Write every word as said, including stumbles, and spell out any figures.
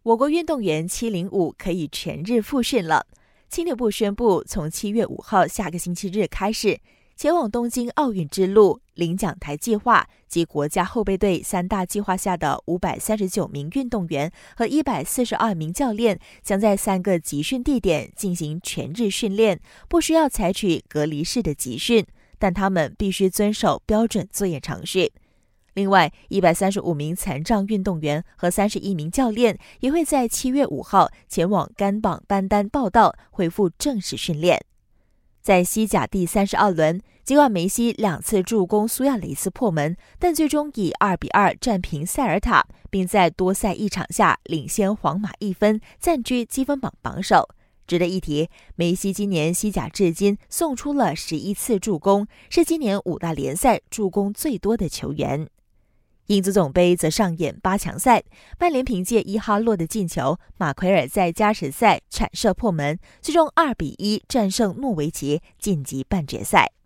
我国运动员七零五可以全日复训了。青年部宣布，从七月五号下个星期日开始，前往东京奥运之路、领奖台计划及国家后备队三大计划下的五百三十九名运动员和一百四十二名教练，将在三个集训地点进行全日训练，不需要采取隔离式的集训，但他们必须遵守标准作业程序。另外，一百三十五名残障运动员和三十一名教练也会在七月五号前往甘榜班丹报到，恢复正式训练。在西甲第三十二轮，尽管梅西两次助攻苏亚雷斯破门，但最终以二比二战平塞尔塔，并在多赛一场下领先皇马一分，暂居积分榜榜首。值得一提，梅西今年西甲至今送出了十一次助攻，是今年五大联赛助攻最多的球员。英足总杯则上演八强赛，曼联凭借伊哈洛的进球，马奎尔在加时赛铲射破门，最终二比一战胜诺维奇，晋级半决赛。